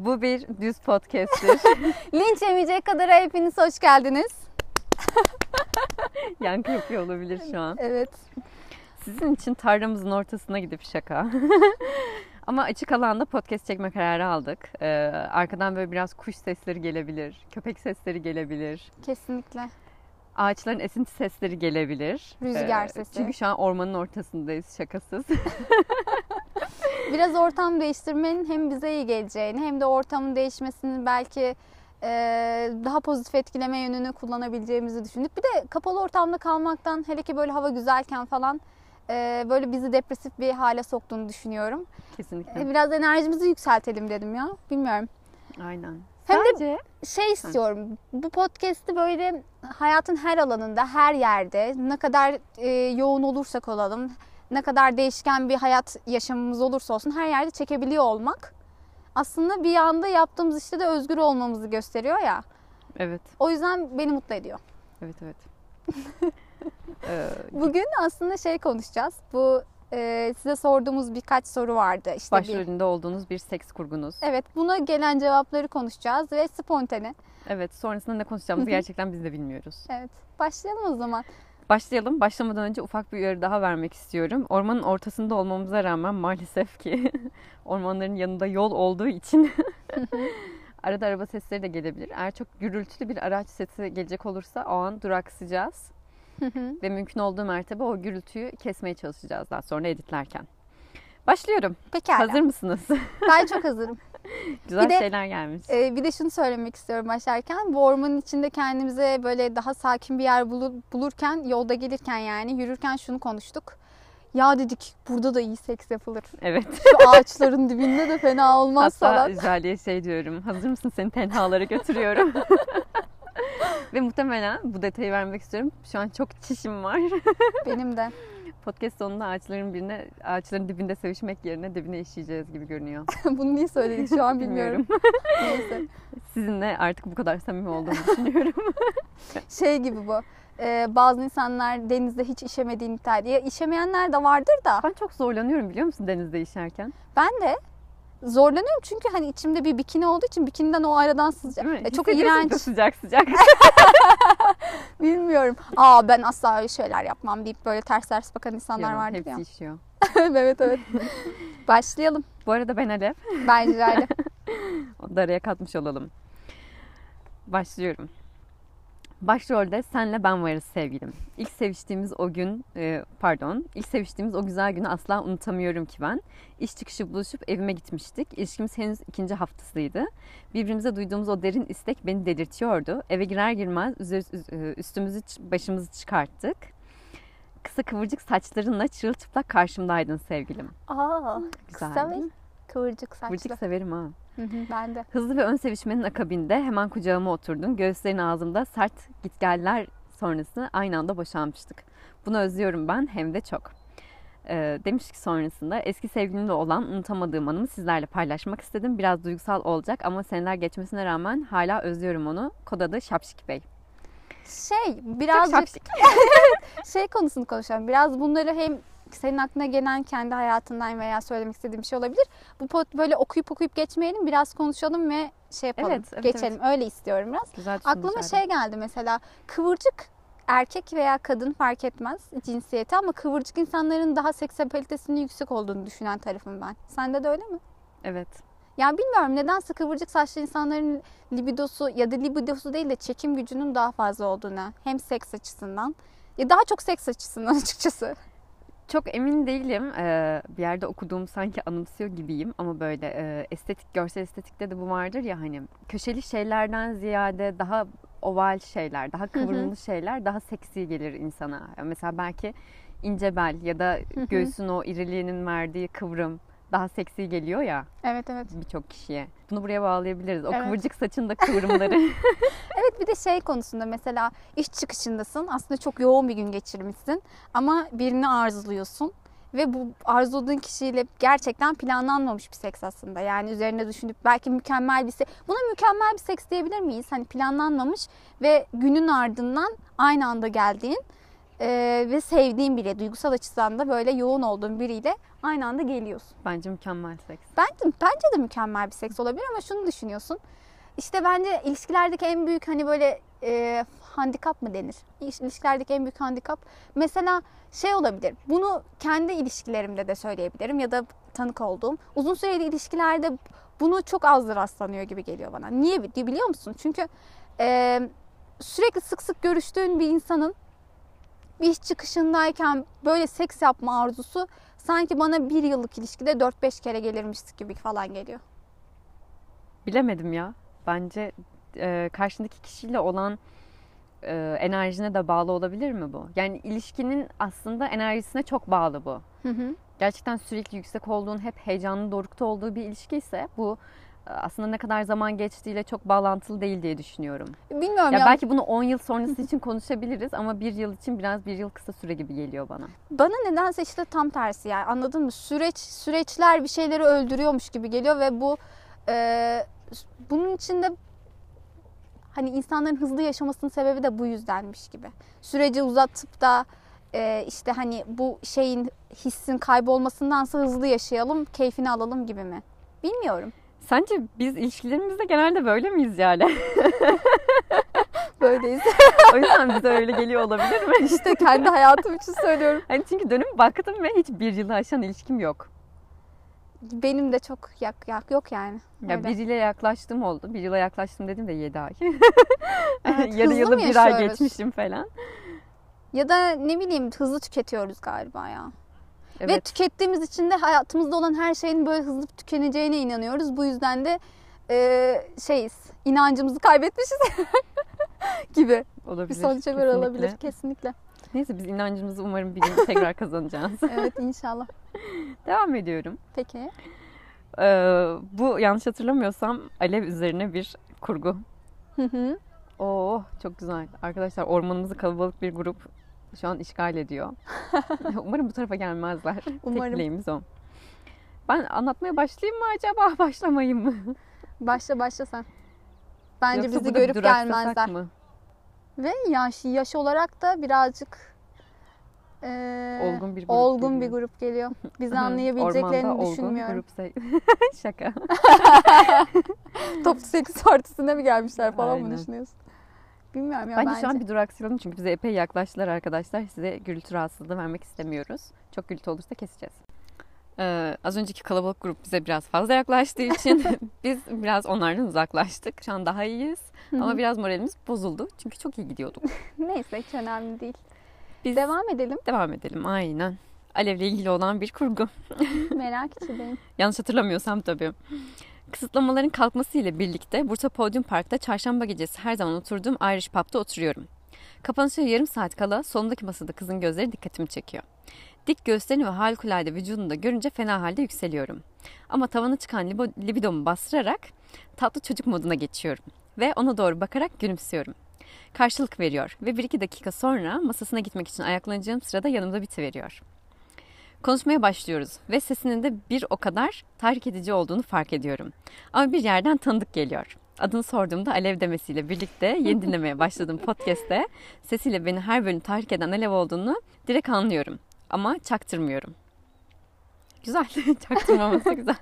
Bu bir düz podcast'tir. Linç yemeyecek kadar hepiniz hoş geldiniz. Yankı yapıyor olabilir şu an. Evet. Sizin için tarlamızın ortasına gidip şaka. Ama açık alanda podcast çekme kararı aldık. Arkadan böyle biraz kuş sesleri gelebilir, köpek sesleri gelebilir. Kesinlikle. Ağaçların esinti sesleri gelebilir. Rüzgar sesi. Çünkü şu an ormanın ortasındayız, şakasız. Biraz ortam değiştirmenin hem bize iyi geleceğini hem de ortamın değişmesinin belki daha pozitif etkileme yönünü kullanabileceğimizi düşündük. Bir de kapalı ortamda kalmaktan, hele ki böyle hava güzelken falan böyle bizi depresif bir hale soktuğunu düşünüyorum. Kesinlikle. Biraz enerjimizi yükseltelim dedim ya. Bilmiyorum. Aynen. Hem Sadece de şey istiyorum. Bu podcast'i böyle hayatın her alanında, her yerde ne kadar yoğun olursak olalım, ne kadar değişken bir hayat yaşamımız olursa olsun her yerde çekebiliyor olmak aslında bir anda yaptığımız işte de özgür olmamızı gösteriyor ya. Evet. O yüzden beni mutlu ediyor. Evet. Bugün aslında şey konuşacağız. Bu size sorduğumuz birkaç soru vardı. İşte Başrolünde olduğunuz bir seks kurgunuz. Evet, buna gelen cevapları konuşacağız ve spontane. Evet, sonrasında ne konuşacağımızı gerçekten biz de bilmiyoruz. Evet, başlayalım o zaman. Başlayalım. Başlamadan önce ufak bir uyarı daha vermek istiyorum. Ormanın ortasında olmamıza rağmen maalesef ki ormanların yanında yol olduğu için arada araba sesleri de gelebilir. Eğer çok gürültülü bir araç sesi gelecek olursa o an duraksayacağız. Ve mümkün olduğu mertebe o gürültüyü kesmeye çalışacağız daha sonra editlerken. Başlıyorum. Pekala. Hazır mısınız? Ben çok hazırım. Güzel şeyler gelmiş. Bir de şunu söylemek istiyorum başlarken. Bu ormanın içinde kendimize böyle daha sakin bir yer bulurken, yolda gelirken yani yürürken şunu konuştuk. Ya dedik burada da iyi seks yapılır. Evet. Şu ağaçların dibinde de fena olmaz Hatta falan. Jale'ye şey diyorum. Hazır mısın? Seni tenhalara götürüyorum. Ve muhtemelen bu detayı vermek istiyorum. Şu an çok çişim var. Benim de. Podcast sonunda ağaçların dibinde sevişmek yerine dibine işeyeceğiz gibi görünüyor. Bunu niye söyledik şu an bilmiyorum. Neyse. Sizinle artık bu kadar samimi olduğumu düşünüyorum. Şey gibi bu. Bazı insanlar denizde hiç işemediğini iddia ediyor. İşemeyenler de vardır da. Ben çok zorlanıyorum biliyor musun denizde işerken? Ben de zorlanıyorum çünkü hani içimde bir bikini olduğu için bikiniden o aradan sızacak. Çok iğrenç. Sıcak sıcak. Bilmiyorum. Ben asla öyle şeyler yapmam deyip böyle ters ters bakan insanlar vardır hepsi ya. işiyor. Evet. Başlayalım. Bu arada ben Alev. Ben Jale. Onu da araya katmış olalım. Başlıyorum. Başrolde senle ben varız sevgilim. İlk seviştiğimiz o güzel günü asla unutamıyorum ki ben. İş çıkışı buluşup evime gitmiştik. İlişkimiz henüz 2. haftasıydı. Birbirimize duyduğumuz o derin istek beni delirtiyordu. Eve girer girmez üstümüzü başımızı çıkarttık. Kısa kıvırcık saçlarınla çırılçıplak karşımdaydın sevgilim. Kısa Güzel ve değil mi? kıvırcık saçlı. Kıvırcık severim ha. Ben de. Hızlı ve ön sevişmenin akabinde hemen kucağıma oturdun. Göğüslerin ağzımda sert gitgeller sonrası aynı anda boşanmıştık. Bunu özlüyorum ben hem de çok. Demiş ki sonrasında eski sevgilimle olan unutamadığım anımı sizlerle paylaşmak istedim. Biraz duygusal olacak ama seneler geçmesine rağmen hala özlüyorum onu. Kod adı Şapşik Bey. Birazcık şey konusunu konuşalım. Biraz bunları hem senin aklına gelen kendi hayatından veya söylemek istediğim bir şey olabilir. Bu böyle okuyup geçmeyelim. Biraz konuşalım ve şey yapalım. Evet, geçelim. Evet. Öyle istiyorum biraz. Güzel Aklıma şey geldi mesela. Kıvırcık erkek veya kadın fark etmez cinsiyeti ama kıvırcık insanların daha seksapalitesinin yüksek olduğunu düşünen tarafım ben. Sende de öyle mi? Evet. Ya bilmiyorum nedense kıvırcık saçlı insanların libidosu ya da libidosu değil de çekim gücünün daha fazla olduğunu hem seks açısından ya daha çok seks açısından açıkçası. Çok emin değilim. Bir yerde okuduğum sanki anımsıyor gibiyim ama böyle görsel estetikte de bu vardır ya hani köşeli şeylerden ziyade daha oval şeyler, daha kıvrımlı şeyler daha seksi gelir insana. Mesela belki ince bel ya da göğsün o iriliğinin verdiği kıvrım daha seksi geliyor ya. Evet. Birçok kişiye. Bunu buraya bağlayabiliriz. O Evet. kıvırcık saçın da kıvrımları. Evet bir de şey konusunda mesela iş çıkışındasın. Aslında çok yoğun bir gün geçirmişsin ama birini arzuluyorsun. Ve bu arzuladığın kişiyle gerçekten planlanmamış bir seks aslında. Yani üzerine düşünüp belki mükemmel bir seks. Buna mükemmel bir seks diyebilir miyiz? Hani planlanmamış ve günün ardından aynı anda geldiğin ve sevdiğin biri, duygusal açıdan da böyle yoğun olduğun biriyle aynı anda geliyorsun. Bence mükemmel seks. Bence de mükemmel bir seks olabilir ama şunu düşünüyorsun. İşte bence ilişkilerdeki en büyük hani böyle handikap mı denir? İlişkilerdeki en büyük handikap mesela şey olabilir. Bunu kendi ilişkilerimde de söyleyebilirim ya da tanık olduğum. Uzun süreli ilişkilerde bunu çok az rastlanıyor gibi geliyor bana. Niye biliyor musun? Çünkü sürekli sık sık görüştüğün bir insanın bir iş çıkışındayken böyle seks yapma arzusu sanki bana bir yıllık ilişkide 4-5 kere gelirmiş gibi falan geliyor. Bilemedim ya. Bence karşındaki kişiyle olan enerjine de bağlı olabilir mi bu? Yani ilişkinin aslında enerjisine çok bağlı bu. Hı hı. Gerçekten sürekli yüksek olduğun, hep heyecanlı dorukta olduğu bir ilişki ise bu aslında ne kadar zaman geçtiğiyle çok bağlantılı değil diye düşünüyorum. Bilmiyorum Ya ya. belki bunu 10 yıl sonrası için konuşabiliriz ama bir yıl için biraz bir yıl kısa süre gibi geliyor bana. Bana nedense işte tam tersi yani, anladın mı? Süreçler bir şeyleri öldürüyormuş gibi geliyor ve bu bunun içinde hani insanların hızlı yaşamasının sebebi de bu yüzdenmiş gibi. Süreci uzatıp da işte hani bu şeyin, hissin kaybolmasındansa hızlı yaşayalım, keyfini alalım gibi mi? Bilmiyorum. Sence biz ilişkilerimizde genelde böyle miyiz yani? Böyleyiz. O yüzden bize öyle geliyor olabilir mi? İşte kendi hayatım için söylüyorum. Hani çünkü dönüp baktım ve hiç bir yılı aşan ilişkim yok. Benim de çok yok yani. Ya Öyle. biriyle yaklaştım oldu. Bir yıla yaklaştım dedim de 7 ay. Evet, Yarı hızlı yılı mı bir ay yaşıyoruz? geçmişim falan. Ya da ne bileyim, hızlı tüketiyoruz galiba ya. Ve Evet. tükettiğimiz için de hayatımızda olan her şeyin böyle hızlı tükeneceğine inanıyoruz. Bu yüzden de inancımızı kaybetmişiz gibi Olabilir. bir sonuca göre kesinlikle. olabilir. Kesinlikle. Neyse biz inancımızı umarım bir gün tekrar kazanacağız. Evet, inşallah. Devam ediyorum. Peki. Bu yanlış hatırlamıyorsam alev üzerine bir kurgu. Hı hı. Oo çok güzel. Arkadaşlar ormanımızı kalabalık bir grup şu an işgal ediyor. Umarım bu tarafa gelmezler. Umarım. Tek dileğimiz o. Ben anlatmaya başlayayım mı acaba, başlamayayım mı? Başla sen. Bence Yoksa bizi burada görüp duraksasak gelmezler. mı? Ve yaş olarak da birazcık Olgun bir grup olgun bir geliyor. grup geliyor. Bizi Ormanda anlayabileceklerini olgun düşünmüyorum. grup Şaka. Toplu seks partisine mi gelmişler falan mı Aynen. düşünüyorsun? Bilmiyorum ya, Bence şu an bir duraksayalım çünkü bize epey yaklaştılar arkadaşlar. Size gürültü rahatsızlığı vermek istemiyoruz. Çok gürültü olursa keseceğiz. Az önceki kalabalık grup bize biraz fazla yaklaştığı için biz biraz onlardan uzaklaştık. Şu an daha iyiyiz. Ama biraz moralimiz bozuldu. Çünkü çok iyi gidiyorduk. Neyse, hiç önemli değil. Biz Devam edelim. devam edelim. Aynen. Alev'le ilgili olan bir kurgu. Merak içindeyim. Yanlış hatırlamıyorsam tabii. Kısıtlamaların kalkmasıyla birlikte Bursa Podium Park'ta çarşamba gecesi her zaman oturduğum Irish Pub'da oturuyorum. Kapanışa yarım saat kala solundaki masada kızın gözleri dikkatimi çekiyor. Dik göğüslerini ve harikulade vücudunu da görünce fena halde yükseliyorum. Ama tavana çıkan libidomu bastırarak tatlı çocuk moduna geçiyorum. Ve ona doğru bakarak gülümsüyorum. Karşılık veriyor ve 1-2 dakika sonra masasına gitmek için ayaklanacağım sırada yanımda bitiveriyor. Konuşmaya başlıyoruz ve sesinin de bir o kadar tahrik edici olduğunu fark ediyorum. Ama bir yerden tanıdık geliyor. Adını sorduğumda Alev demesiyle birlikte yeni dinlemeye başladığım podcast'te sesiyle beni her bölüm tahrik eden Alev olduğunu direkt anlıyorum. Ama çaktırmıyorum. Güzel, çaktırmaması güzel.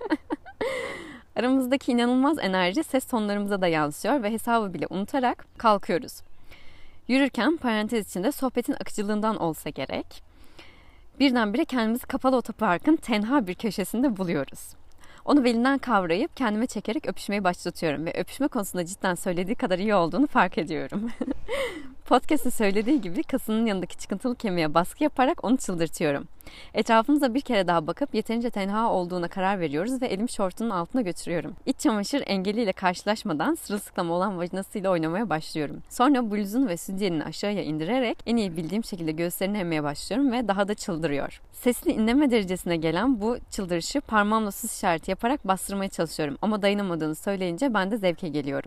Aramızdaki inanılmaz enerji ses tonlarımıza da yansıyor ve hesabı bile unutarak kalkıyoruz. Yürürken parantez içinde sohbetin akıcılığından olsa gerek, birdenbire kendimizi kapalı otoparkın tenha bir köşesinde buluyoruz. Onu belinden kavrayıp kendime çekerek öpüşmeyi başlatıyorum ve öpüşme konusunda cidden söylediği kadar iyi olduğunu fark ediyorum. Podcast'te söylediği gibi kasının yanındaki çıkıntılı kemiğe baskı yaparak onu çıldırtıyorum. Etrafımıza bir kere daha bakıp yeterince tenha olduğuna karar veriyoruz ve elimi şortunun altına götürüyorum. İç çamaşır engeliyle karşılaşmadan sırılsıklam olan vajinasıyla oynamaya başlıyorum. Sonra bluzunu ve sütyenini aşağıya indirerek en iyi bildiğim şekilde göğüslerini emmeye başlıyorum ve daha da çıldırıyor. Sesli inleme derecesine gelen bu çıldırışı parmağımla sus işareti yaparak bastırmaya çalışıyorum ama dayanamadığını söyleyince ben de zevke geliyorum.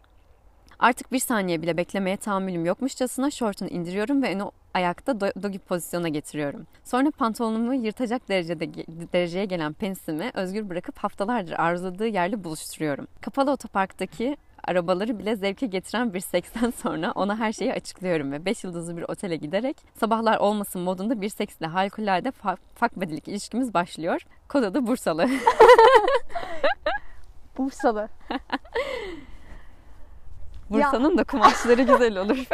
Artık bir saniye bile beklemeye tahammülüm yokmuşçasına şortunu indiriyorum ve onu ayakta dogi pozisyona getiriyorum. Sonra pantolonumu yırtacak dereceye gelen penisimi özgür bırakıp haftalardır arzuladığı yerle buluşturuyorum. Kapalı otoparktaki arabaları bile zevke getiren bir seksten sonra ona her şeyi açıklıyorum ve 5 yıldızlı bir otele giderek sabahlar olmasın modunda bir seksle harikulade fuck buddy'lik ilişkimiz başlıyor. Kod adı Bursalı. Bursalı. Bursa'nın da kumaşları güzel olur.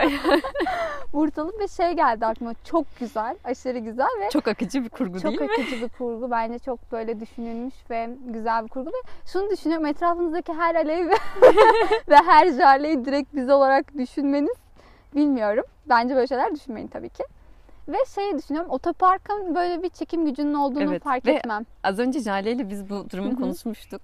Bursalı bir şey geldi aklıma. Çok güzel, aşırı güzel ve çok akıcı bir kurgu değil mi? Çok akıcı bir kurgu. Bence çok böyle düşünülmüş ve güzel bir kurgu. Ve şunu düşünüyorum, etrafınızdaki her alev ve her jaleyi direkt biz olarak düşünmeniz, bilmiyorum. Bence böyle şeyler düşünmeyin tabii ki. Ve şeyi düşünüyorum, otoparkın böyle bir çekim gücünün olduğunu fark etmem. Az önce Jale ile biz bu durumu konuşmuştuk.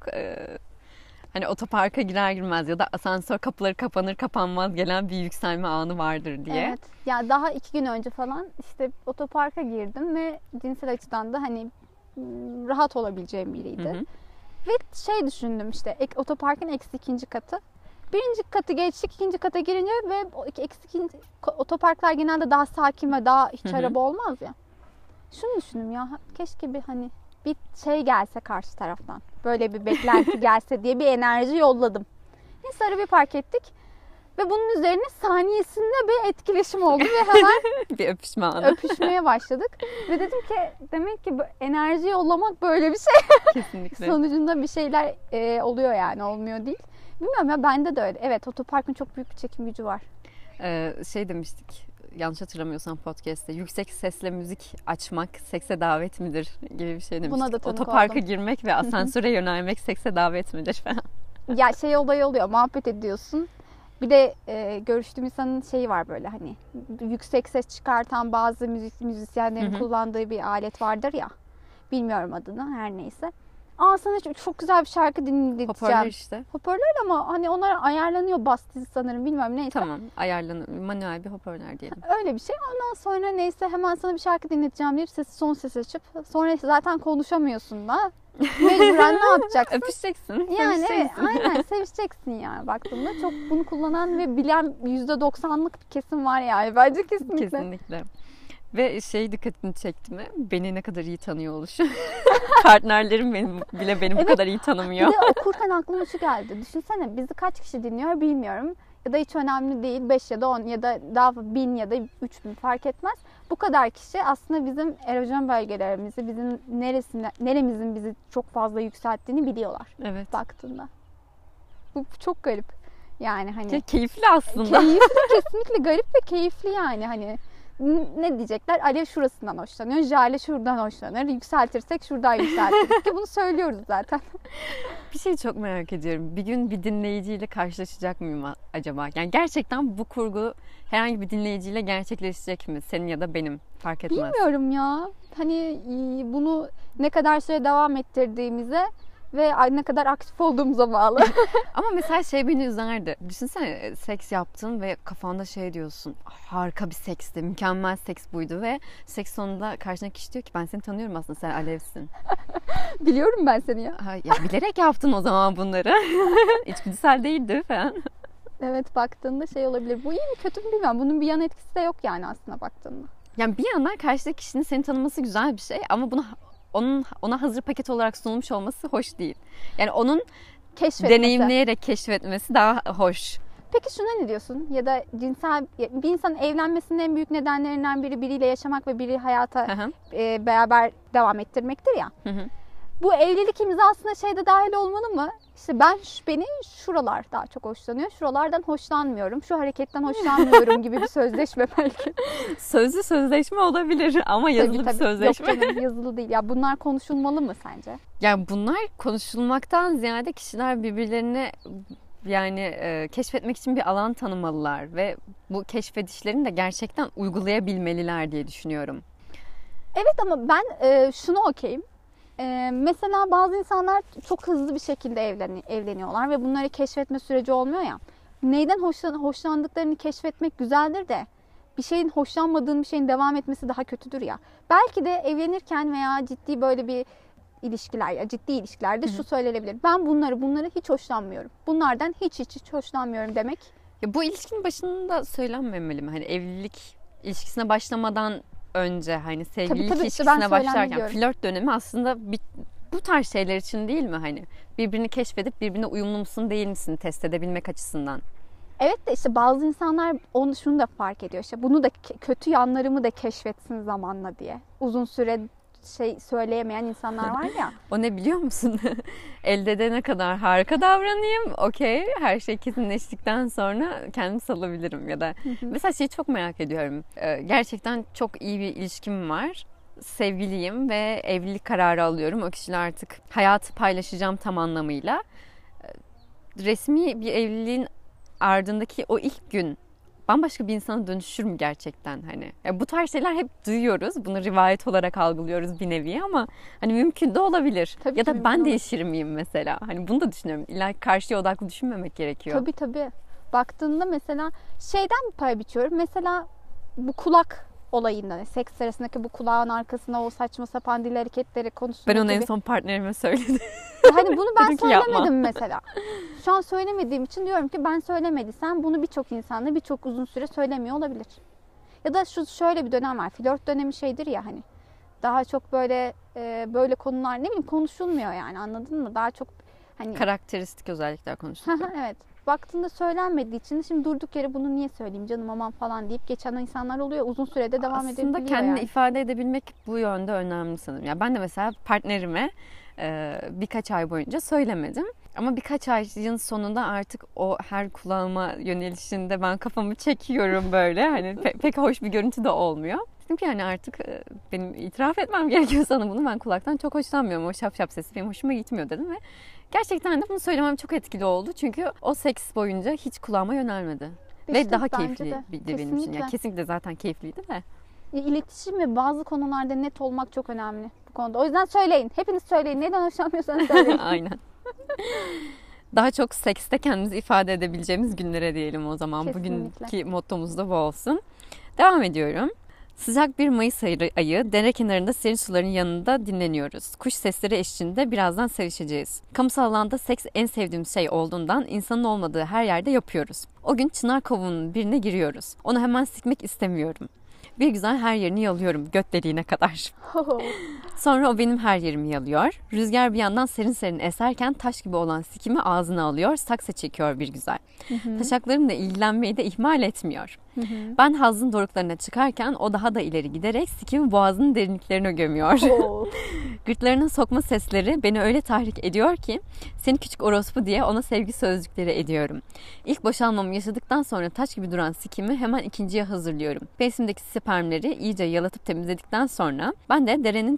Hani otoparka girer girmez ya da asansör kapıları kapanır kapanmaz gelen bir yükselme anı vardır diye. Evet. Ya daha 2 gün önce falan işte otoparka girdim ve cinsel açıdan da hani rahat olabileceğim biriydi. Ve şey düşündüm, işte otoparkın -2. katı. 1. katı geçtik, 2. kata girince ve otoparklar genelde daha sakin ve daha hiç araba olmaz ya. Şunu düşündüm, ya keşke bir hani bir şey gelse karşı taraftan. Böyle bir beklenti gelse diye bir enerji yolladım. Neyse arabayı park ettik. Ve bunun üzerine saniyesinde bir etkileşim oldu ve hemen bir öpüşme anı. Öpüşmeye başladık. Ve dedim ki demek ki enerji yollamak böyle bir şey. Kesinlikle. Sonucunda bir şeyler oluyor yani, olmuyor değil. Bilmiyorum ya, bende de öyle. Evet, otoparkın çok büyük bir çekim gücü var. Şey demiştik, yanlış hatırlamıyorsam podcast'te, yüksek sesle müzik açmak sekse davet midir gibi bir şey demiştik. Buna da tanık otoparka oldum. Girmek ve asansöre yönelmek sekse davet midir falan. Ya şey olayı oluyor, muhabbet ediyorsun. Bir de görüştüğüm insanın şeyi var, böyle hani yüksek ses çıkartan bazı müzisyenlerin kullandığı bir alet vardır ya. Bilmiyorum adını, her neyse. Sana çok güzel bir şarkı dinleteceğim. Hoparlör işte. Hoparlör ama hani onlar ayarlanıyor, bas dizi sanırım, bilmiyorum, neyse. Tamam, ayarlanıyor. Manuel bir hoparlör diyelim. Öyle bir şey. Ondan sonra neyse hemen sana bir şarkı dinleteceğim deyip son ses açıp sonra zaten konuşamıyorsun da. Mecburen ne yapacaksın? Öpüşeceksin. Yani aynen sevişeceksin yani baktığında. Çok bunu kullanan ve bilen %90'lık bir kesim var yani. Bence kesinlikle. Kesinlikle. Ve dikkatini çekti mi? Beni ne kadar iyi tanıyor oluşu. Partnerlerim beni bu kadar iyi tanımıyor. Bir de okurken aklıma şu geldi. Düşünsene, bizi kaç kişi dinliyor bilmiyorum. Ya da hiç önemli değil. 5 ya da 10 ya da daha 1000 ya da 3000 fark etmez. Bu kadar kişi aslında bizim erojen bölgelerimizi, bizim neremizin bizi çok fazla yükselttiğini biliyorlar. Evet. Baktığında. Bu çok garip. Yani hani. Keyifli aslında. Keyifli, kesinlikle garip ve keyifli yani hani. Ne diyecekler? Alev şurasından hoşlanıyor, Jale şuradan hoşlanır. Yükseltirsek şuradan yükseltiriz ki bunu söylüyoruz zaten. Bir şey çok merak ediyorum. Bir gün bir dinleyiciyle karşılaşacak mıyım acaba? Yani gerçekten bu kurgu herhangi bir dinleyiciyle gerçekleşecek mi? Senin ya da benim, fark etmez. Bilmiyorum ya. Hani bunu ne kadar süre devam ettirdiğimize ve ne kadar aktif olduğumuza bağlı. Ama mesela beni üzerdi. Düşünsene, seks yaptın ve kafanda diyorsun. Harika bir seksti, mükemmel seks buydu ve seks sonunda karşına kişi diyor ki ben seni tanıyorum aslında, sen Alevsin. Biliyorum ben seni ya. Ya bilerek yaptın o zaman bunları. İçgüdüsel değildi falan. Evet, baktığında olabilir. Bu iyi mi kötü mü bilmiyorum. Bunun bir yan etkisi de yok yani aslında baktığında. Yani bir yandan karşıdaki kişinin seni tanıması güzel bir şey ama ona hazır paket olarak sunulmuş olması hoş değil. Yani onun deneyimleyerek keşfetmesi daha hoş. Peki şuna ne diyorsun? Ya da bir insanın evlenmesinin en büyük nedenlerinden biri biriyle yaşamak ve biri hayata beraber devam ettirmektir ya. Bu evlilik imzasına de dahil olmalı mı? İşte beni şuralar daha çok hoşlanıyor. Şuralardan hoşlanmıyorum. Şu hareketten hoşlanmıyorum gibi bir sözleşme belki. Sözlü sözleşme olabilir ama yazılı bir sözleşme. Yok canım, yazılı değil. Ya bunlar konuşulmalı mı sence? Yani bunlar konuşulmaktan ziyade kişiler birbirlerini keşfetmek için bir alan tanımalılar ve bu keşfedişlerini de gerçekten uygulayabilmeliler diye düşünüyorum. Evet ama ben şunu okeyim. Mesela bazı insanlar çok hızlı bir şekilde evleniyorlar ve bunları keşfetme süreci olmuyor ya. Neyden hoşlandıklarını keşfetmek güzeldir de bir şeyin hoşlanmadığın bir şeyin devam etmesi daha kötüdür ya. Belki de evlenirken veya ciddi böyle bir ciddi ilişkilerde şu söylenebilir. Ben bunları hiç hoşlanmıyorum. Bunlardan hiç hoşlanmıyorum demek. Ya bu ilişkinin başında söylenmemeli mi? Hani evlilik ilişkisine başlamadan önce, hani sevgililik ilişkisine başlarken flört dönemi aslında Bu tarz şeyler için değil mi hani? Birbirini keşfedip birbirine uyumlu musun değil misin test edebilmek açısından. Evet de işte bazı insanlar şunu da fark ediyor. İşte bunu da kötü yanlarımı da keşfetsin zamanla diye. Uzun süre söyleyemeyen insanlar var ya. O ne biliyor musun? Elde edene kadar harika davranayım. Okey. Her şey kesinleştikten sonra kendimi salabilirim. Ya da mesela şeyi çok merak ediyorum. Gerçekten çok iyi bir ilişkim var. Sevgiliyim ve evlilik kararı alıyorum. O kişiyle artık hayatı paylaşacağım tam anlamıyla. Resmi bir evliliğin ardındaki o ilk gün bambaşka bir insana dönüşür mü gerçekten hani? Ya bu tarz şeyler hep duyuyoruz. Bunu rivayet olarak algılıyoruz bir nevi ama hani mümkün de olabilir. Tabii ya ki da ben olur. değişir miyim mesela? Hani bunu da düşünüyorum. İlla karşıya odaklı düşünmemek gerekiyor. Tabii. Baktığında mesela şeyden bir pay biçiyorum. Mesela bu kulak olayından, seks sırasındaki bu kulağın arkasına o saçma sapan dil hareketleri konusunda Ben onu gibi. en son partnerime söyledim. Hani bunu ben Dedim ki söylemedim yapma. mesela. Şu an söylemediğim için diyorum ki ben söylemediysem bunu birçok insanla birçok uzun süre söylemiyor olabilir. Ya da şöyle bir dönem var. Flört dönemi şeydir ya hani. Daha çok böyle konular ne bileyim konuşulmuyor yani, anladın mı? Daha çok hani Karakteristik özellikler konuştuk. evet. Baktığında söylenmediği için şimdi durduk yere bunu niye söyleyeyim canım aman falan deyip geçen insanlar oluyor. Uzun sürede devam edebiliyor Aslında kendini yani. ifade edebilmek bu yönde önemli sanırım. Ya ben de mesela partnerime birkaç ay boyunca söylemedim. Ama birkaç ayın sonunda artık o her kulağıma yönelişinde ben kafamı çekiyorum böyle. Hani pek hoş bir görüntü de olmuyor. Dedim ki yani artık benim itiraf etmem gerekiyor sana bunu. Ben kulaktan çok hoşlanmıyorum. O şap şap sesi benim hoşuma gitmiyor dedim ve gerçekten de bunu söylemem çok etkili oldu. Çünkü o seks boyunca hiç kulağıma yönelmedi. Ve İşte daha bence keyifliydi benim için. Kesinlikle. Yani kesinlikle zaten keyifliydi de. İletişim ve bazı konularda net olmak çok önemli bu konuda. O yüzden söyleyin. Hepiniz söyleyin. Neden hoşlanmıyorsanız söyleyin. Aynen. Daha çok sekste kendimizi ifade edebileceğimiz günlere diyelim o zaman. Kesinlikle. Bugünkü mottomuz da bu olsun. Devam ediyorum. Sıcak bir Mayıs ayı, dere kenarında serin suların yanında dinleniyoruz. Kuş sesleri eşliğinde birazdan sevişeceğiz. Kamusal alanda seks en sevdiğimiz şey olduğundan insanın olmadığı her yerde yapıyoruz. O gün çınar kavuğunun birine giriyoruz. Onu hemen sikmek istemiyorum. Bir güzel her yerini yalıyorum göt deliğine kadar. Sonra o benim her yerimi yalıyor. Rüzgar bir yandan serin serin eserken taş gibi olan sikimi ağzına alıyor, saksa çekiyor bir güzel. Taşaklarımla ilgilenmeyi de ihmal etmiyor. Ben hazın doruklarına çıkarken o daha da ileri giderek sikimi boğazının derinliklerine gömüyor. Gırtlarına sokma sesleri beni öyle tahrik ediyor ki seni küçük orospu diye ona sevgi sözcükleri ediyorum. İlk boşalmamı yaşadıktan sonra taş gibi duran sikimi hemen ikinciye hazırlıyorum. Pesimdeki spermleri iyice yalatıp temizledikten sonra ben de derenin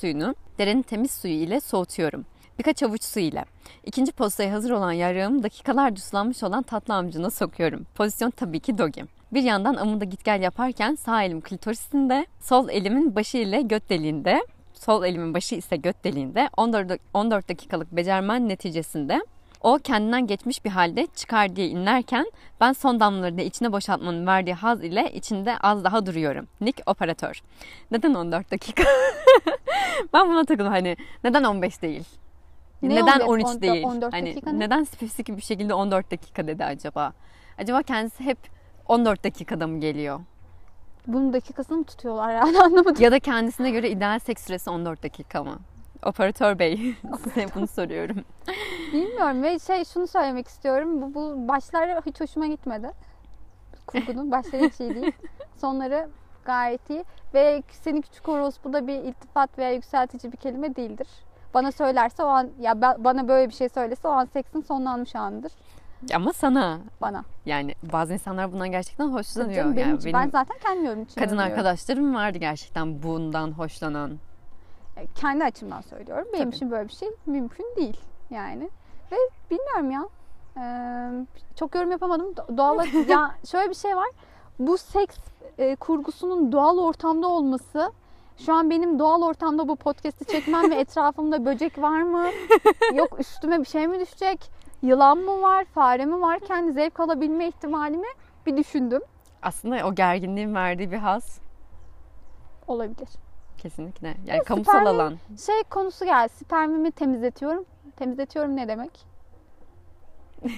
temiz suyu ile soğutuyorum. Birkaç avuç su ile. İkinci postaya hazır olan yarığımı dakikalarca sulanmış olan tatlı amcına sokuyorum. Pozisyon tabii ki dogi. Bir yandan amında git gel yaparken sağ elim klitorisinde, sol elimin başı ile göt deliğinde, sol elimin başı ise göt deliğinde 14 dakikalık becermen neticesinde o kendinden geçmiş bir halde çıkar diye inlerken ben son damlaları da içine boşaltmanın verdiği haz ile içinde az daha duruyorum. Nick operatör. Neden 14 dakika? Ben buna takıldım hani neden 15 değil? Neden 13 değil? 14 hani dakika ne? neden spesifik bir şekilde 14 dakika dedi acaba? Acaba kendisi hep 14 dakikada mı geliyor? Bunun dakikasını mı tutuyorlar yani, anlamadım. Ya da kendisine göre ideal seks süresi 14 dakika mı? Operatör bey, size bunu soruyorum. Bilmiyorum ve şunu söylemek istiyorum. Bu başları hiç hoşuma gitmedi. Kurgunun başları hiç iyi değil. Sonları gayet iyi. Ve senin küçük orospu da bir iltifat veya yükseltici bir kelime değildir. Bana söylerse o an, ya bana böyle bir şey söylese o an seksin sonlanmış anıdır. Ama sana Bana. yani bazı insanlar bundan gerçekten hoşlanıyor. Canım, benim Yani için, benim ben zaten kendi yorum için kadın yorumluyorum. arkadaşlarım vardı gerçekten bundan hoşlanan. Kendi açımdan söylüyorum. Benim Tabii. için böyle bir şey mümkün değil yani. Ve bilmiyorum ya. Çok yorum yapamadım. Doğal ya şöyle bir şey var. Bu seks kurgusunun doğal ortamda olması, şu an benim doğal ortamda bu podcast'i çekmem ve etrafımda böcek var mı? Yok üstüme bir şey mi düşecek? Yılan mı var? Fare mi var? Kendi zevk alabilme ihtimalimi bir düşündüm. Aslında o gerginliğin verdiği bir haz Olabilir. kesinlikle. Yani kamusal spermin- alan. Şey konusu geldi. Spermimi temizletiyorum. Temizletiyorum ne demek?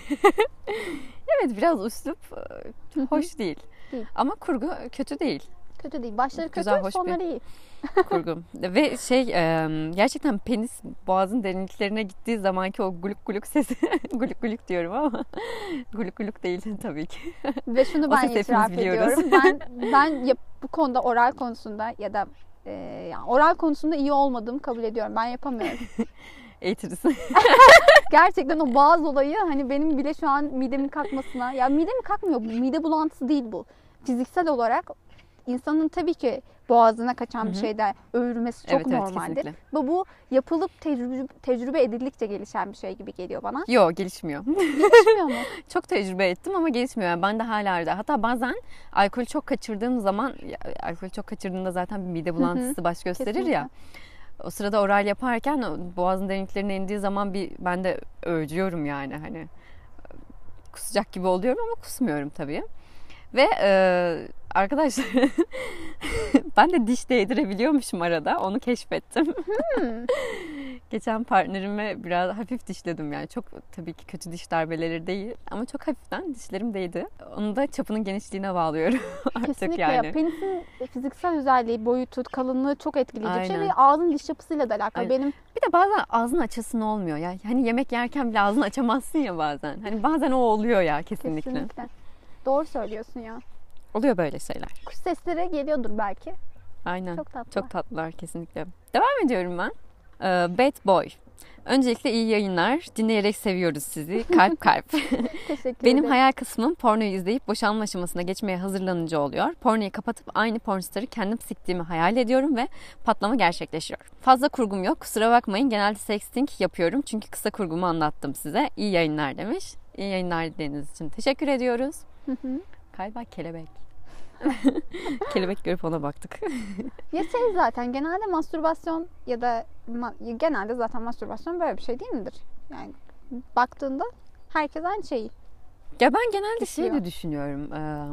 Evet biraz üslup hoş değil. Değil. Ama kurgu kötü değil. Kötü değil. Başları Güzel, kötü, hoş sonları bir iyi. kurgu. Ve gerçekten penis boğazın derinliklerine gittiği zamanki o guluk guluk sesi guluk guluk diyorum ama guluk guluk değil tabii ki. Ve şunu O ben sesi itiraf hepimiz biliyoruz. ediyorum. Ben bu konuda oral konusunda ya da yani oral konusunda iyi olmadığımı kabul ediyorum. Ben yapamıyorum. Eğitiriz. Gerçekten o boğaz olayı hani benim bile şu an midemin kalkmasına, ya midem kalkmıyor, mide bulantısı değil bu. Fiziksel olarak insanın tabii ki boğazına kaçan bir şeyden öğürmesi çok Evet, normaldir. kesinlikle. Ve bu yapılıp tecrübe edildikçe gelişen bir şey gibi geliyor bana. Yok, gelişmiyor. Gelişmiyor mu? Çok tecrübe ettim ama gelişmiyor. Yani ben de hala öyle. Hatta bazen alkol çok kaçırdığım zaman, alkol çok kaçırdığında zaten bir mide bulantısı baş gösterir Kesinlikle. ya. O sırada oral yaparken boğazın derinliklerine indiği zaman ben de öğücüyorum yani, hani kusacak gibi oluyorum ama kusmuyorum tabii. Ve arkadaşlar ben de diş değdirebiliyormuşum arada. Onu keşfettim. Geçen partnerime biraz hafif dişledim yani. Çok tabii ki kötü diş darbeleri değil ama çok hafiften dişlerim değdi. Onu da çapının genişliğine bağlıyorum artık Kesinlikle yani. ya. Penisin fiziksel özelliği, boyutu, kalınlığı çok etkileyici bir şey Aynen. ve ağzın diş yapısıyla da alakalı. Aynen. Benim Bir de bazen ağzını açasın olmuyor ya. Hani yemek yerken bile ağzını açamazsın ya bazen. Hani bazen o oluyor ya, kesinlikle. Doğru söylüyorsun ya. Oluyor böyle şeyler. Kuş sesleri geliyordur belki. Aynen. Çok tatlı. Çok tatlılar kesinlikle. Devam ediyorum ben. Bad Boy. Öncelikle iyi yayınlar. Dinleyerek seviyoruz sizi. Kalp kalp. Teşekkür Benim ederim. hayal kısmım pornoyu izleyip boşanma aşamasına geçmeye hazırlanınca oluyor. Pornoyu kapatıp aynı pornstarı kendim siktiğimi hayal ediyorum ve patlama gerçekleşiyor. Fazla kurgum yok. Kusura bakmayın. Genelde sexting yapıyorum. Çünkü kısa kurgumu anlattım size. İyi yayınlar demiş. İyi yayınlar dediğiniz için teşekkür ediyoruz. Galiba kelebek. Kelebek görüp ona baktık. Ya şey zaten genelde mastürbasyon ya da genelde zaten mastürbasyon böyle bir şey değil midir? Yani baktığında herkes aynı şeyi. Ya ben genelde şey İstiyor. de düşünüyorum.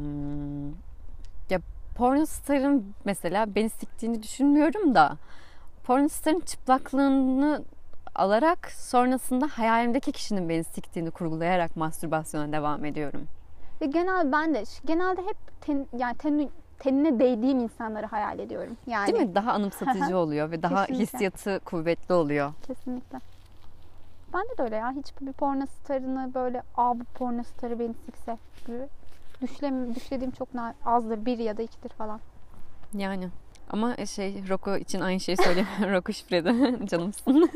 Ya pornostarın mesela beni siktiğini düşünmüyorum da pornostarın çıplaklığını alarak sonrasında hayalimdeki kişinin beni siktiğini kurgulayarak mastürbasyona devam ediyorum. Ve genelde hep tenine değdiğim insanları hayal ediyorum. Yani Değil mi? Daha anımsatıcı oluyor ve daha Kesinlikle. hissiyatı kuvvetli oluyor. kesinlikle. Bende de öyle ya. Hiçbir porno starını böyle bu porno starı beni sikse gibi düşlediğim çok azdır. 1 ya da 2'dir falan. Yani. Ama Rocco için aynı şeyi söyleyemem. Rocco şifrede. Canımsın.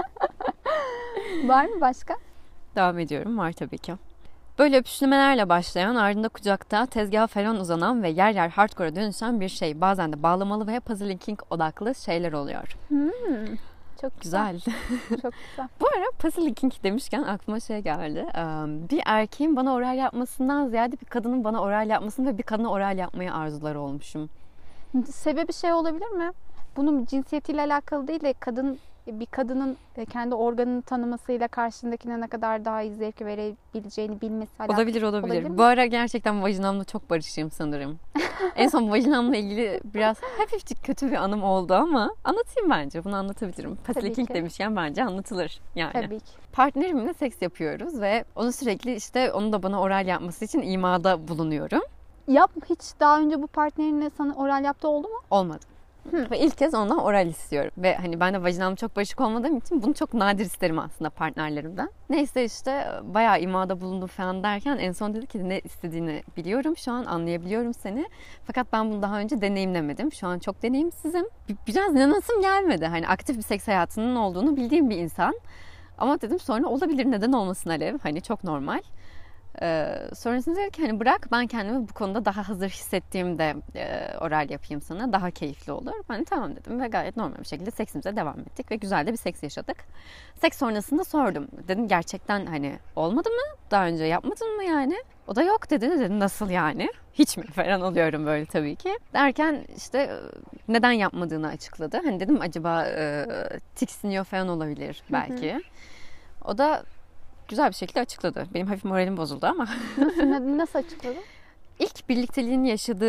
Var mı başka? Devam ediyorum. Var tabii ki. Böyle öpüşlemelerle başlayan, ardında kucakta tezgaha falan uzanan ve yer yer hardcore'a dönüşen bir şey. Bazen de bağlamalı veya puzzle-linking odaklı şeyler oluyor. Çok Güzel. Çok güzel. Bu ara puzzle-linking demişken aklıma şey geldi. Bir erkeğin bana oral yapmasından ziyade bir kadının bana oral yapmasını ve bir kadına oral yapmayı arzuları olmuşum. Sebebi şey olabilir mi? Bunun cinsiyetiyle alakalı değil de bir kadının kendi organını tanımasıyla karşısındakine ne kadar daha iyi zevk verebileceğini bilmesi alakalı. Olabilir. mi? Bu ara gerçekten vajinamla çok barışığım sanırım. En son vajinamla ilgili biraz hafifçik kötü bir anım oldu ama anlatayım bence. Bunu anlatabilirim. Puzzle-linking ki. demişken bence anlatılır yani. Tabii ki. Partnerimle seks yapıyoruz ve onu sürekli onun da bana oral yapması için imada bulunuyorum. Hiç daha önce bu partnerinle sana oral yaptı oldu mu? Olmadı. Ve ilk kez ondan oral istiyorum. Ve hani ben de vajinam çok barışık olmadığım için bunu çok nadir isterim aslında partnerlerimden. Neyse bayağı imada bulundu falan derken en son dedi ki ne istediğini biliyorum şu an, anlayabiliyorum seni. Fakat ben bunu daha önce deneyimlemedim. Şu an çok deneyimsizim. Biraz inanasım gelmedi. Hani aktif bir seks hayatının olduğunu bildiğim bir insan. Ama dedim sonra olabilir, neden olmasın Alev? Hani çok normal. Sonrasında dedi ki hani bırak, ben kendimi bu konuda daha hazır hissettiğimde oral yapayım sana, daha keyifli olur. Ben de tamam dedim ve gayet normal bir şekilde seksimize devam ettik ve güzel de bir seks yaşadık. Seks sonrasında sordum. Dedim gerçekten hani olmadı mı? Daha önce yapmadın mı yani? O da yok dedi. Dedim nasıl yani? Hiç mi falan oluyorum böyle tabii ki. Derken neden yapmadığını açıkladı. Hani dedim acaba tiksiniyor falan olabilir belki. O da güzel bir şekilde açıkladı. Benim hafif moralim bozuldu ama. Nasıl açıkladın? İlk birlikteliğini yaşadığı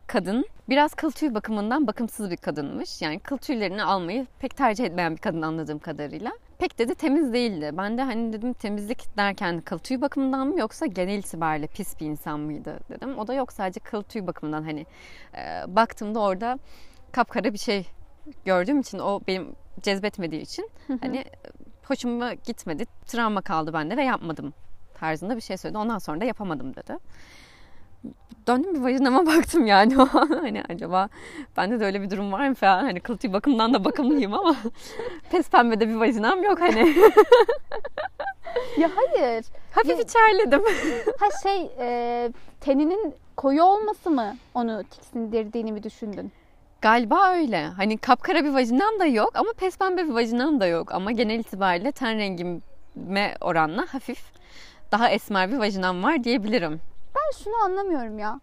kadın biraz kıl tüy bakımından bakımsız bir kadınmış. Yani kıl tüylerini almayı pek tercih etmeyen bir kadın anladığım kadarıyla. Pek dedi temiz değildi. Ben de hani dedim temizlik derken kıl tüy bakımından mı yoksa genel itibariyle pis bir insan mıydı dedim. O da yok sadece kıl tüy bakımından hani baktığımda orada kapkara bir şey gördüğüm için o benim cezbetmediği için hani hoşuma gitmedi. Travma kaldı bende ve yapmadım tarzında bir şey söyledi. Ondan sonra da yapamadım dedi. Döndüm bir vajinama baktım yani o an. Hani acaba bende de öyle bir durum var mı falan. Hani kıl tüy bakımından da bakımlıyım ama pes pembe de bir vajinam yok hani. Ya hayır. Hafif içerledim. Ha teninin koyu olması mı onu tiksindirdiğini mi düşündün? Galiba öyle. Hani kapkara bir vajinam da yok ama pes pembe bir vajinam da yok. Ama genel itibariyle ten rengime oranla hafif daha esmer bir vajinam var diyebilirim. Ben şunu anlamıyorum ya.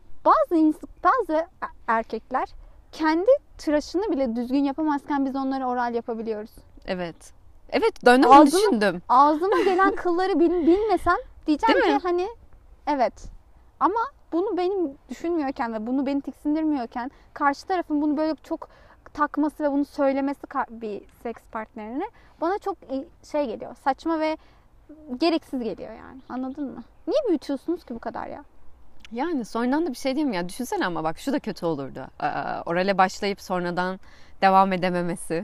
Bazı erkekler kendi tıraşını bile düzgün yapamazken biz onlara oral yapabiliyoruz. Evet. Evet döndüm onu düşündüm. Ağzıma gelen kılları bilmesem diyeceğim ki hani evet. Ama bunu benim düşünmüyorken ve bunu beni tiksindirmiyorken karşı tarafın bunu böyle çok takması ve bunu söylemesi bir seks partnerine bana çok şey geliyor. Saçma ve gereksiz geliyor yani. Anladın mı? Niye büyütüyorsunuz ki bu kadar ya? Yani sonradan da bir şey diyeyim ya. Düşünsene ama bak şu da kötü olurdu. Orale başlayıp sonradan devam edememesi.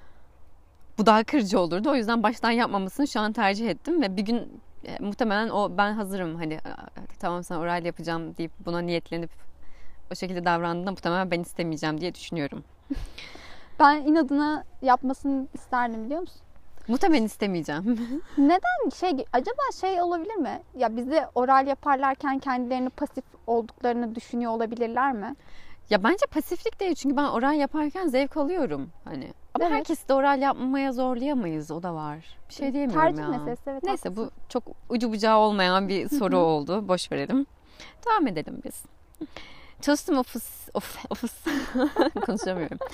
Bu daha kırıcı olurdu. O yüzden baştan yapmamasını şu an tercih ettim ve bir gün muhtemelen ben hazırım hani tamam sana oral yapacağım deyip buna niyetlenip o şekilde davrandığında muhtemelen ben istemeyeceğim diye düşünüyorum. Ben inadına yapmasını isterdim biliyor musun? Muhtemelen istemeyeceğim. Neden? Acaba olabilir mi? Ya bize oral yaparlarken kendilerini pasif olduklarını düşünüyor olabilirler mi? Ya bence pasiflik değil çünkü ben oral yaparken zevk alıyorum hani. Ama evet. Herkesi de oral yapmaya zorlayamayız o da var. Bir şey diyemiyorum tercih ya. Tercih meselesi evet. Neyse haklısın. bu çok ucu bucağı olmayan bir soru oldu. Boş verelim. Devam edelim biz. Çalıştığım ofis konuşamıyorum.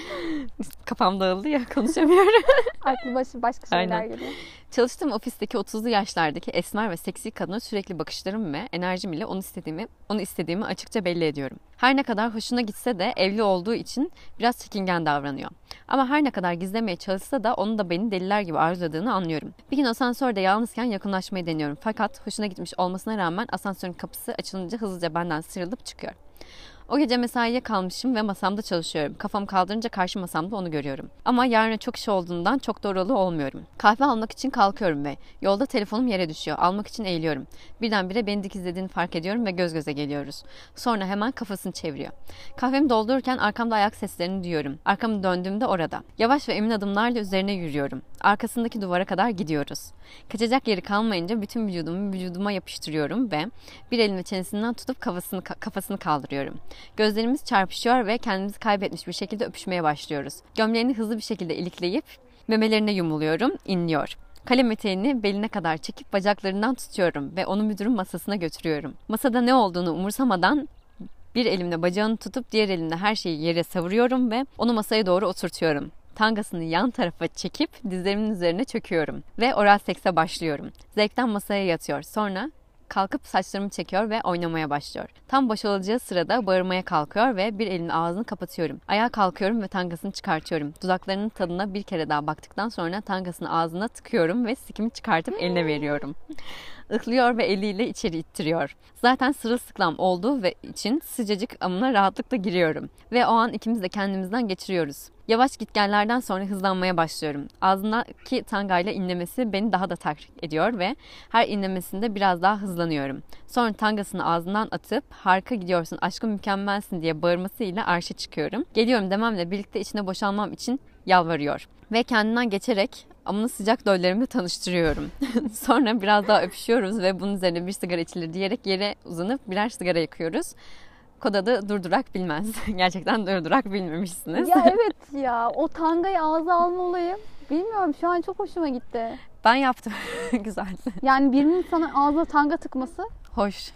Kafam dağıldı ya konuşamıyorum. Aklı başka şeyler geliyor. Çalıştığım ofisteki 30'lu yaşlardaki esmer ve seksi kadına sürekli bakışlarım ve enerjim ile onu istediğimi açıkça belli ediyorum. Her ne kadar hoşuna gitse de evli olduğu için biraz çekingen davranıyor. Ama her ne kadar gizlemeye çalışsa da onun da beni deliler gibi arzuladığını anlıyorum. Bir gün asansörde yalnızken yakınlaşmayı deniyorum. Fakat hoşuna gitmiş olmasına rağmen asansörün kapısı açılınca hızlıca benden sıyrılıp çıkıyor. O gece mesaiye kalmışım ve masamda çalışıyorum. Kafamı kaldırınca karşı masamda onu görüyorum. Ama yarına çok iş olduğundan çok da oralı olmuyorum. Kahve almak için kalkıyorum ve yolda telefonum yere düşüyor. Almak için eğiliyorum. Birdenbire beni dikizlediğini fark ediyorum ve göz göze geliyoruz. Sonra hemen kafasını çeviriyor. Kahvemi doldururken arkamda ayak seslerini duyuyorum. Arkamı döndüğümde orada. Yavaş ve emin adımlarla üzerine yürüyorum. Arkasındaki duvara kadar gidiyoruz. Kaçacak yeri kalmayınca bütün vücudumu vücuduma yapıştırıyorum ve bir elimle çenesinden tutup kafasını kaldırıyorum. Gözlerimiz çarpışıyor ve kendimizi kaybetmiş bir şekilde öpüşmeye başlıyoruz. Gömleğini hızlı bir şekilde ilikleyip memelerine yumuluyorum, inliyor. Kalem eteğini beline kadar çekip bacaklarından tutuyorum ve onu müdürün masasına götürüyorum. Masada ne olduğunu umursamadan bir elimle bacağını tutup diğer elimle her şeyi yere savuruyorum ve onu masaya doğru oturtuyorum. Tangasını yan tarafa çekip dizlerimin üzerine çöküyorum ve oral sekse başlıyorum. Zevkten masaya yatıyor. Sonra kalkıp saçlarımı çekiyor ve oynamaya başlıyor. Tam boşalacağı sırada bağırmaya kalkıyor ve bir elin ağzını kapatıyorum. Ayağa kalkıyorum ve tangasını çıkartıyorum. Dudaklarının tadına bir kere daha baktıktan sonra tangasını ağzına tıkıyorum ve sikimi çıkartıp eline veriyorum. Ihlıyor ve eliyle içeri ittiriyor. Zaten sırılsıklam olduğu ve için sıcacık amına rahatlıkla giriyorum. Ve o an ikimiz de kendimizden geçiriyoruz. Yavaş gitgellerden sonra hızlanmaya başlıyorum. Ağzındaki tangayla inlemesi beni daha da tahrik ediyor ve her inlemesinde biraz daha hızlanıyorum. Sonra tangasını ağzından atıp harika gidiyorsun aşkım mükemmelsin diye bağırmasıyla arşa çıkıyorum. Geliyorum dememle birlikte içine boşalmam için yalvarıyor. Ve kendinden geçerek amına sıcak döllerimle tanıştırıyorum. Sonra biraz daha öpüşüyoruz ve bunun üzerine bir sigara içilir diyerek yere uzanıp birer sigara yakıyoruz. Kod adı Durdurak Bilmez. Gerçekten Durdurak bilmemişsiniz. Ya evet ya o tangayı ağza alma olayı bilmiyorum şu an çok hoşuma gitti. Ben yaptım. Güzel. Yani birinin sana ağza tanga tıkması. Hoş.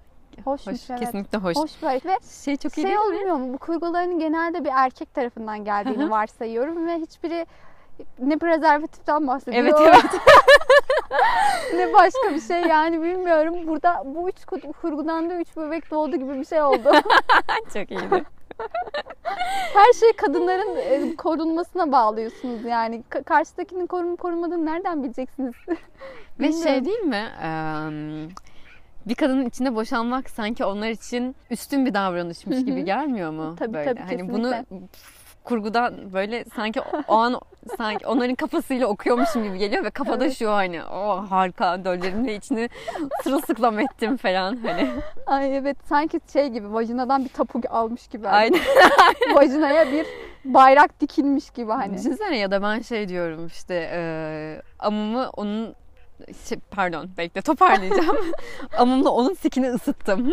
Hoşmuş evet. Kesinlikle hoş. Hoş ve çok iyi değil mi? olmuyor mu? Bu kurguların genelde bir erkek tarafından geldiğini varsayıyorum ve hiçbiri ne prezervatiften bahsediyor. Evet. Ne başka bir şey yani bilmiyorum. Burada bu 3 kurgudan da 3 bebek doğdu gibi bir şey oldu. Çok iyiydi. Her şeyi kadınların korunmasına bağlıyorsunuz yani. Karşıdakinin korunup korunmadığını nereden bileceksiniz? Ve şey değil mi? Bir kadının içinde boşalmak sanki onlar için üstün bir davranışmış gibi gelmiyor mu? Tabii böyle? tabii, Hani kesinlikle. bunu kurgudan böyle sanki o an sanki onların kafasıyla okuyormuşum gibi geliyor ve kafada şu hani harika döllerimle içini sırılsıklam ettim falan hani. Ay evet, sanki şey gibi, vajinadan bir tapu almış gibi. Aynen. Vajinaya bir bayrak dikilmiş gibi hani. Düşünsene, ya da ben şey diyorum işte amımı onun pardon bekle toparlayacağım. Amımla onun sikini ısıttım.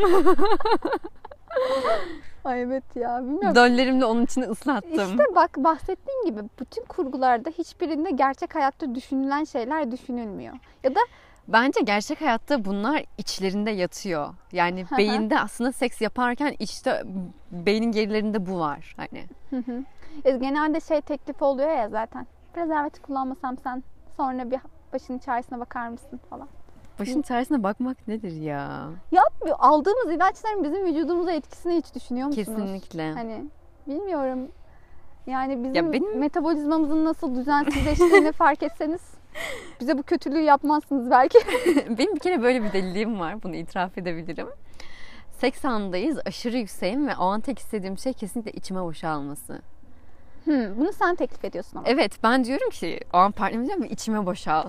Ay evet ya, bilmiyorum. Döllerimle onun içini ıslattım. İşte bak, bahsettiğim gibi bütün kurgularda hiçbirinde gerçek hayatta düşünülen şeyler düşünülmüyor. Ya da Bence gerçek hayatta bunlar içlerinde yatıyor. Yani beyinde aslında seks yaparken işte beynin gerilerinde bu var hani. genelde şey teklifi oluyor ya zaten. Prezervatif kullanmasam sen sonra bir başının çaresine bakar mısın falan. Başın çaresine bakmak nedir ya? Ya aldığımız ilaçların bizim vücudumuza etkisini hiç düşünüyor musunuz? Kesinlikle. Hani bilmiyorum. Yani bizim Ya benim metabolizmamızın nasıl düzensizleştiğini fark etseniz bize bu kötülüğü yapmazsınız belki. benim bir kere böyle bir deliliğim var. Bunu itiraf edebilirim. Seks anındayız. Aşırı yükseğim ve o an tek istediğim şey kesinlikle içime boşalması. Bunu sen teklif ediyorsun ama. Evet, ben diyorum ki o an partnerim diyorum ki içime boşal.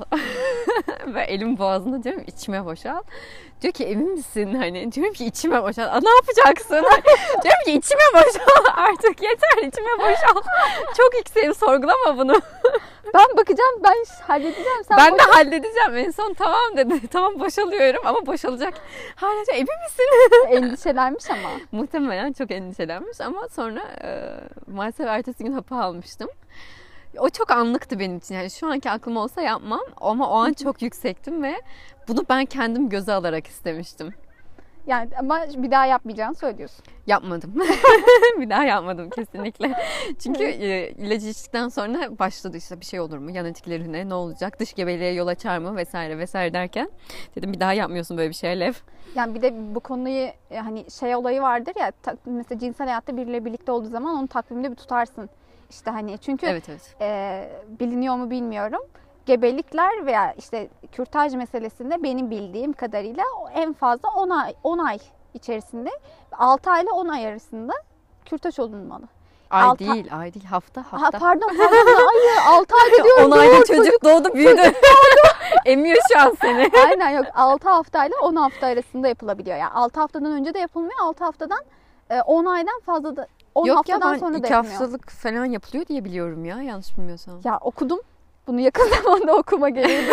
Ve elim boğazında diyorum içime boşal. Diyor ki emin misin? Hani diyorum ki içime boşal. Ne yapacaksın? Diyorum ki içime boşal. Artık yeter, içime boşal. Çok yükseğim, sorgulama bunu. Ben bakacağım, ben halledeceğim. Sen Ben de halledeceğim. En son tamam dedi. Tamam boşalıyorum ama boşalacak. Hala diyor, emin misin? endişelenmiş ama. Muhtemelen çok endişelenmiş ama sonra maalesef ertesi gün hapı almıştım. O çok anlıktı benim için. Yani şu anki aklım olsa yapmam ama o an çok yüksektim ve bunu ben kendim göze alarak istemiştim. Yani ama bir daha yapmayacağını söylüyorsun. Yapmadım. Bir daha yapmadım kesinlikle. Çünkü ilacı içtikten sonra başladı işte bir şey olur mu? Yan etkileri ne olacak? Dış gebeliğe yol açar mı? Vesaire vesaire derken dedim bir daha yapmıyorsun böyle bir şey Alev. Yani bir de bu konuyu hani şey olayı vardır ya, mesela cinsel hayatta biriyle birlikte olduğu zaman onu takvimde bir tutarsın. İşte hani çünkü Evet. biliniyor mu bilmiyorum. Gebelikler veya işte kürtaj meselesinde benim bildiğim kadarıyla en fazla 10 ay içerisinde 6 ay ile 10 ay arasında kürtaj olunmalı. Ay değil hafta. Pardon hayır 6 ayda diyorum. 10 ayda çocuk doğdu büyüdü. Emiyor şu an seni. Aynen, yok 6 haftayla 10 hafta arasında yapılabiliyor. Yani 6 haftadan önce de yapılmıyor, 6 haftadan 10 aydan fazla da 10 Yok haftadan ya, ben sonra da 2 yapılmıyor. haftalık falan yapılıyor diye biliyorum ya, yanlış bilmiyorsam. Ya okudum. Bunu yakın zamanda okuma gelirdi.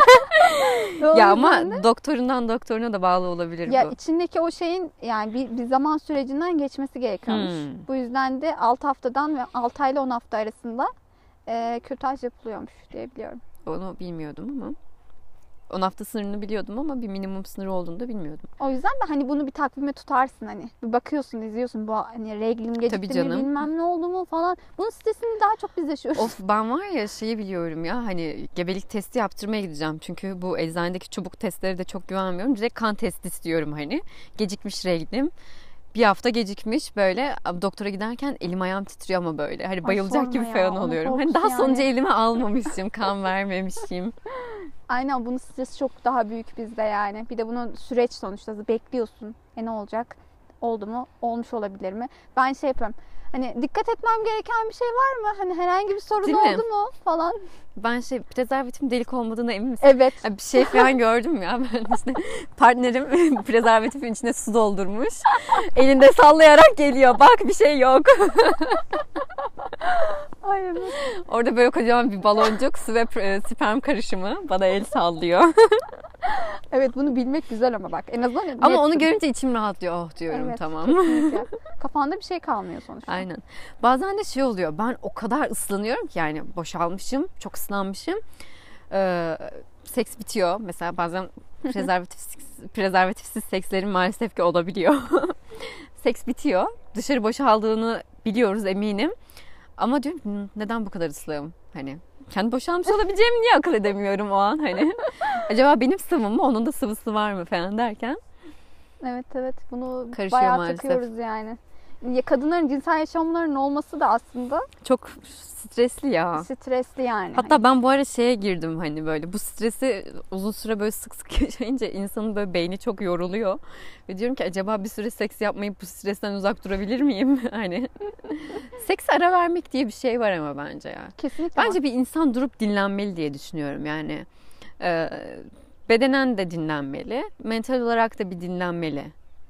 Ya ama doktoruna da bağlı olabilir ya bu. içindeki o şeyin yani bir zaman sürecinden geçmesi gerekiyormuş. Bu yüzden de 6 haftadan ve 6 ay ile 10 hafta arasında kürtaj yapılıyormuş diye biliyorum. Onu bilmiyordum ama. 10 hafta sınırını biliyordum ama bir minimum sınırı olduğunu da bilmiyordum. O yüzden de hani bunu bir takvime tutarsın hani. Bir bakıyorsun, izliyorsun bu hani reglim gecikti mi, bilmem ne oldu mu falan. Bunun stresini daha çok biz yaşıyoruz. Of, ben var ya şeyi biliyorum ya, hani gebelik testi yaptırmaya gideceğim. Çünkü bu eczanedeki çubuk testleri de çok güvenmiyorum. Direkt kan testi istiyorum hani. Gecikmiş reglim. Bir hafta gecikmiş, böyle doktora giderken elim ayağım titriyor ama böyle. Hani bayılacak gibi falan oluyorum. Hani daha sonucu elime almamışım, kan vermemişim. Aynen, bunun stresi çok daha büyük bizde yani. Bir de bunun süreç sonuçta bekliyorsun. Ne olacak? Oldu mu? Olmuş olabilir mi? Ben şey yapıyorum. Hani dikkat etmem gereken bir şey var mı? Hani herhangi bir sorun oldu mu falan. Ben prezervatifin delik olmadığına emin misin? Evet. Bir şey falan gördüm ya, ben işte partnerim prezervatifin içine su doldurmuş. Elinde sallayarak geliyor. Bak bir şey yok. Ay evet. Orada böyle kocaman bir baloncuk, su ve sperm karışımı bana el sallıyor. Evet, bunu bilmek güzel ama bak en azından. Ama onu görünce içim rahatlıyor. Oh diyorum, evet, tamam. Kesinlikle. Kafanda bir şey kalmıyor sonuçta. Aynen. Bazen de şey oluyor. Ben o kadar ıslanıyorum ki, yani boşalmışım, çok ıslanmışım. Seks bitiyor. Mesela bazen prezervatifsiz sekslerim maalesef ki olabiliyor. Seks bitiyor. Dışarı boşaldığını biliyoruz, eminim. Ama diyorum neden bu kadar ıslığım? Hani kendi boşalmış olabileceğimi niye akıl edemiyorum o an hani. Acaba benim sıvım mı, onun da sıvısı var mı falan derken. Evet, bunu Karışıyor bayağı maalesef. takıyoruz yani. Ya kadınların cinsel yaşamlarının olması da aslında Çok stresli ya. stresli yani. Hatta ben bu ara şeye girdim hani böyle bu stresi uzun süre böyle sık sık yaşayınca insanın böyle beyni çok yoruluyor. Ve diyorum ki acaba bir süre seks yapmayıp bu stresten uzak durabilir miyim? Hani seks ara vermek diye bir şey var ama bence ya. Kesinlikle. Bence bir insan durup dinlenmeli diye düşünüyorum yani. Bedenen de dinlenmeli, mental olarak da bir dinlenmeli.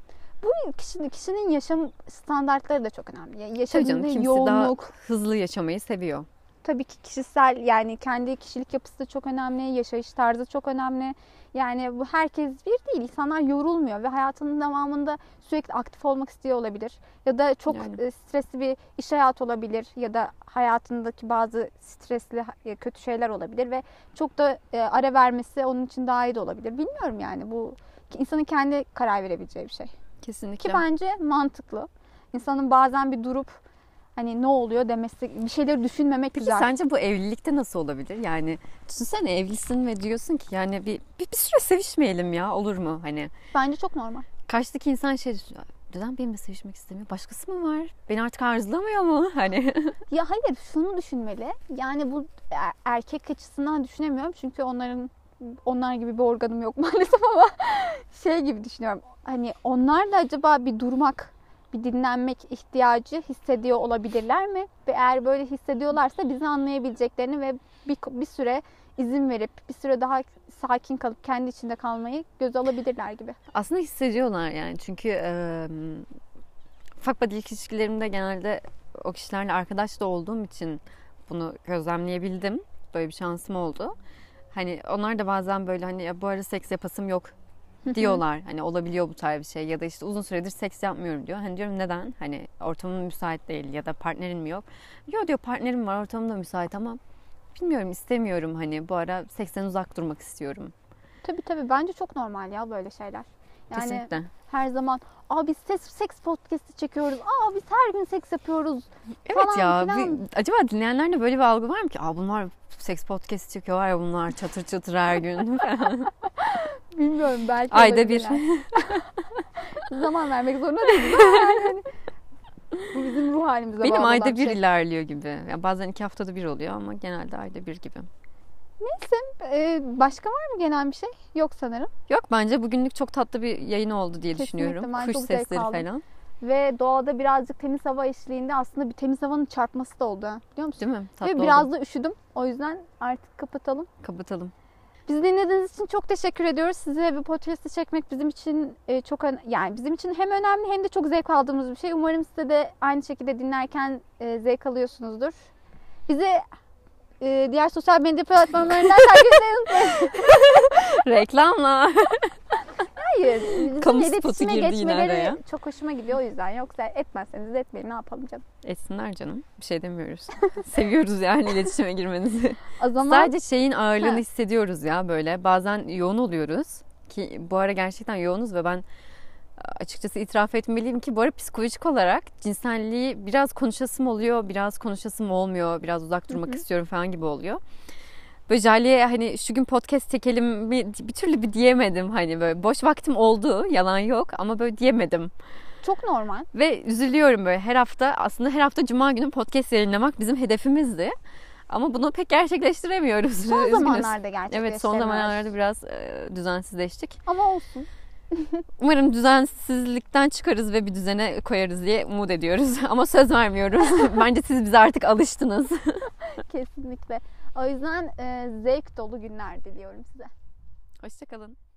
Bu kişinin yaşam standartları da çok önemli. Yani yaşadığında Kimisi yoğunluk. daha hızlı yaşamayı seviyor. Tabii ki kişisel yani kendi kişilik yapısı da çok önemli, yaşayış tarzı çok önemli. Yani bu herkes bir değil. İnsanlar yorulmuyor ve hayatının devamında sürekli aktif olmak istiyor olabilir. Ya da çok stresli bir iş hayatı olabilir ya da hayatındaki bazı stresli kötü şeyler olabilir ve çok da ara vermesi onun için daha iyi de olabilir. Bilmiyorum yani bu insanın kendi karar verebileceği bir şey. Kesinlikle. Ki bence mantıklı. İnsanın bazen bir durup hani ne oluyor demesi, bir şeyleri düşünmemek Peki güzel. sence bu evlilikte nasıl olabilir? Yani düşünsene evlisin ve diyorsun ki yani bir süre sevişmeyelim ya, olur mu? Hani Bence çok normal. karşıdaki insan şey düşünüyor. Neden benimle sevişmek istemiyor? Başkası mı var? Beni artık arzulamıyor mu? Hani Ya hayır, şunu düşünmeli. Yani bu erkek açısından düşünemiyorum. Çünkü onlar gibi bir organım yok maalesef ama şey gibi düşünüyorum. Hani onlar da acaba bir durmak, bir dinlenmek ihtiyacı hissediyor olabilirler mi? Ve eğer böyle hissediyorlarsa bizi anlayabileceklerini ve bir süre izin verip bir süre daha sakin kalıp kendi içinde kalmayı göze alabilirler gibi. aslında hissediyorlar yani. Çünkü ufak badilik ilişkilerimde genelde o kişilerle arkadaş da olduğum için bunu gözlemleyebildim. Böyle bir şansım oldu. Hani onlar da bazen böyle hani ya bu ara seks yapasım yok diyorlar. Hani olabiliyor bu tarz bir şey ya da işte uzun süredir seks yapmıyorum diyor. Hani diyorum neden? Hani ortamım müsait değil ya da partnerin mi yok? Yok diyor, partnerim var, ortamım da müsait ama bilmiyorum, istemiyorum, hani bu ara seksten uzak durmak istiyorum. Tabii bence çok normal ya böyle şeyler. Yani Kesinlikle. her zaman biz seks podcast'i çekiyoruz. Biz her gün seks yapıyoruz. Evet falan ya. filan. Acaba dinleyenlerde böyle bir algı var mı ki? Bunlar seks podcast çekiyorlar ya, bunlar çatır çatır her gün. Bilmiyorum, belki Ayda bir. olabilirler. Zaman vermek zorunda değiliz. Yani bu bizim ruh halimize Benim bağlı ayda olan bir şey. ilerliyor gibi. Yani bazen 2 haftada bir oluyor ama genelde ayda bir gibi. Başka var mı genel bir şey? Yok sanırım. Yok, bence bugünlük çok tatlı bir yayın oldu diye Kesinlikle, düşünüyorum. ben Kuş çok zevk sesleri aldım. falan. Ve doğada birazcık temiz hava eşliğinde aslında bir temiz havanın çarpması da oldu. Biliyor musun? Değil mi? Tatlı Ve biraz da üşüdüm. O yüzden artık kapatalım. Kapatalım. Bizi dinlediğiniz için çok teşekkür ediyoruz. Size bir podcast'i çekmek bizim için yani bizim için hem önemli hem de çok zevk aldığımız bir şey. Umarım size de aynı şekilde dinlerken zevk alıyorsunuzdur. Bizi diğer sosyal medya platformlarından takip etmeyi unutmayın. Reklamla. Hayır. Kamu Bizim spotu iletişime girdi yine geçmeleri araya. çok hoşuma gidiyor o yüzden. Yoksa etmezseniz de etmeyin, ne yapalım canım. Etsinler canım. Bir şey demiyoruz. Seviyoruz yani iletişime girmenizi. O zaman Sadece şeyin ağırlığını hissediyoruz ya böyle. Bazen yoğun oluyoruz. Ki bu ara gerçekten yoğunuz ve ben açıkçası itiraf etmeliyim ki bu ara psikolojik olarak cinselliği biraz konuşasım oluyor, biraz konuşasım olmuyor, biraz uzak durmak istiyorum falan gibi oluyor. Böyle Jale'ye hani şu gün podcast çekelim mi bir türlü bir diyemedim, hani böyle boş vaktim oldu, yalan yok ama böyle diyemedim. çok normal. Ve üzülüyorum böyle her hafta, aslında her hafta Cuma günü podcast yayınlamak bizim hedefimizdi. Ama bunu pek gerçekleştiremiyoruz. Son Üzgünüz. zamanlarda gerçekleştiremiyoruz. Evet, son zamanlarda biraz düzensizleştik. Ama olsun. Umarım düzensizlikten çıkarız ve bir düzene koyarız diye umut ediyoruz. Ama söz vermiyoruz. Bence siz bize artık alıştınız. Kesinlikle. O yüzden zevk dolu günler diliyorum size. Hoşça kalın.